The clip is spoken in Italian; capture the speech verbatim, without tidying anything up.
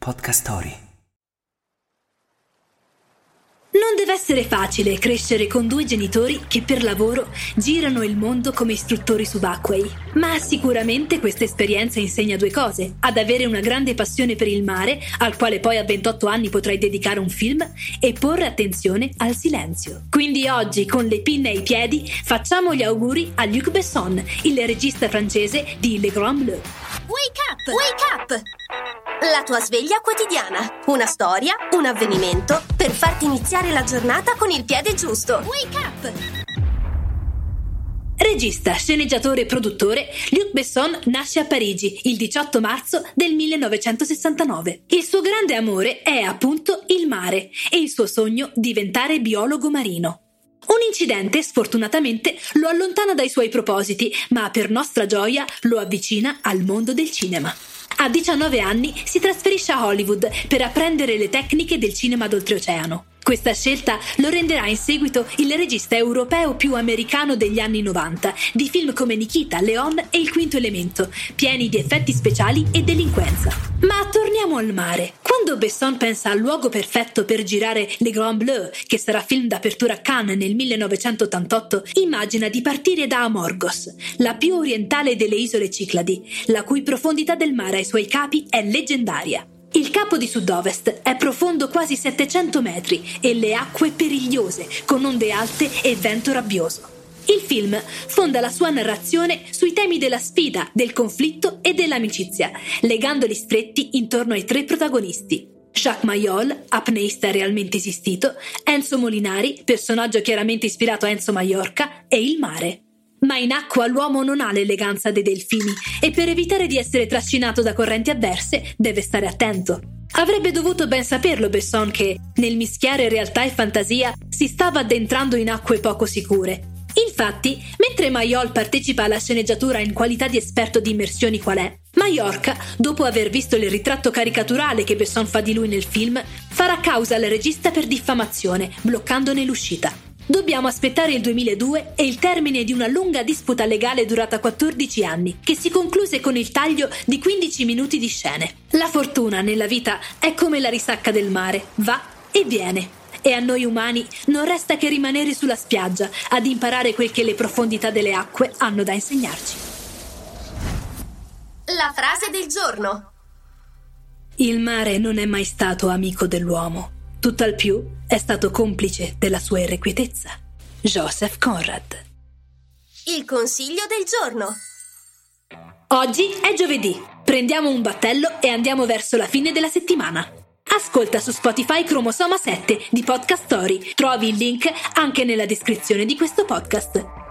Podcast Story. Non deve essere facile crescere con due genitori che per lavoro girano il mondo come istruttori subacquei, ma sicuramente questa esperienza insegna due cose: ad avere una grande passione per il mare, al quale poi a ventotto anni potrai dedicare un film, e porre attenzione al silenzio. Quindi oggi, con le pinne ai piedi, facciamo gli auguri a Luc Besson, il regista francese di Le Grand Bleu. Wake up! Wake up! La tua sveglia quotidiana. Una storia, un avvenimento per farti iniziare la giornata con il piede giusto. Wake up! Regista, sceneggiatore e produttore, Luc Besson nasce a Parigi il diciotto marzo del millenovecentosessantanove. Il suo grande amore è appunto il mare e il suo sogno diventare biologo marino. Un incidente, sfortunatamente, lo allontana dai suoi propositi, ma per nostra gioia lo avvicina al mondo del cinema. A diciannove anni si trasferisce a Hollywood per apprendere le tecniche del cinema d'oltreoceano. Questa scelta lo renderà in seguito il regista europeo più americano degli anni novanta, di film come Nikita, Leon e Il Quinto Elemento, pieni di effetti speciali e delinquenza. Ma torniamo al mare. Quando Besson pensa al luogo perfetto per girare Le Grand Bleu, che sarà film d'apertura a Cannes nel millenovecentottantotto, immagina di partire da Amorgos, la più orientale delle isole Cicladi, la cui profondità del mare ai suoi capi è leggendaria. Il capo di sud-ovest è profondo quasi settecento metri e le acque perigliose, con onde alte e vento rabbioso. Il film fonda la sua narrazione sui temi della sfida, del conflitto e dell'amicizia, legandoli stretti intorno ai tre protagonisti: Jacques Mayol, apneista realmente esistito, Enzo Molinari, personaggio chiaramente ispirato a Enzo Maiorca, e il mare. Ma in acqua l'uomo non ha l'eleganza dei delfini e per evitare di essere trascinato da correnti avverse deve stare attento. Avrebbe dovuto ben saperlo Besson che, nel mischiare realtà e fantasia, si stava addentrando in acque poco sicure. Infatti, mentre Mayol partecipa alla sceneggiatura in qualità di esperto di immersioni qual è, Maiorca, dopo aver visto il ritratto caricaturale che Besson fa di lui nel film, farà causa al regista per diffamazione, bloccandone l'uscita. Dobbiamo aspettare il duemiladue e il termine di una lunga disputa legale durata quattordici anni, che si concluse con il taglio di quindici minuti di scene. La fortuna nella vita è come la risacca del mare, va e viene. E a noi umani non resta che rimanere sulla spiaggia ad imparare quel che le profondità delle acque hanno da insegnarci. La frase del giorno. Il mare non è mai stato amico dell'uomo. Tutt'al più è stato complice della sua irrequietezza. Joseph Conrad. Il consiglio del giorno. Oggi è giovedì. Prendiamo un battello e andiamo verso la fine della settimana. Ascolta su Spotify Cromosoma sette di Podcast Story. Trovi il link anche nella descrizione di questo podcast.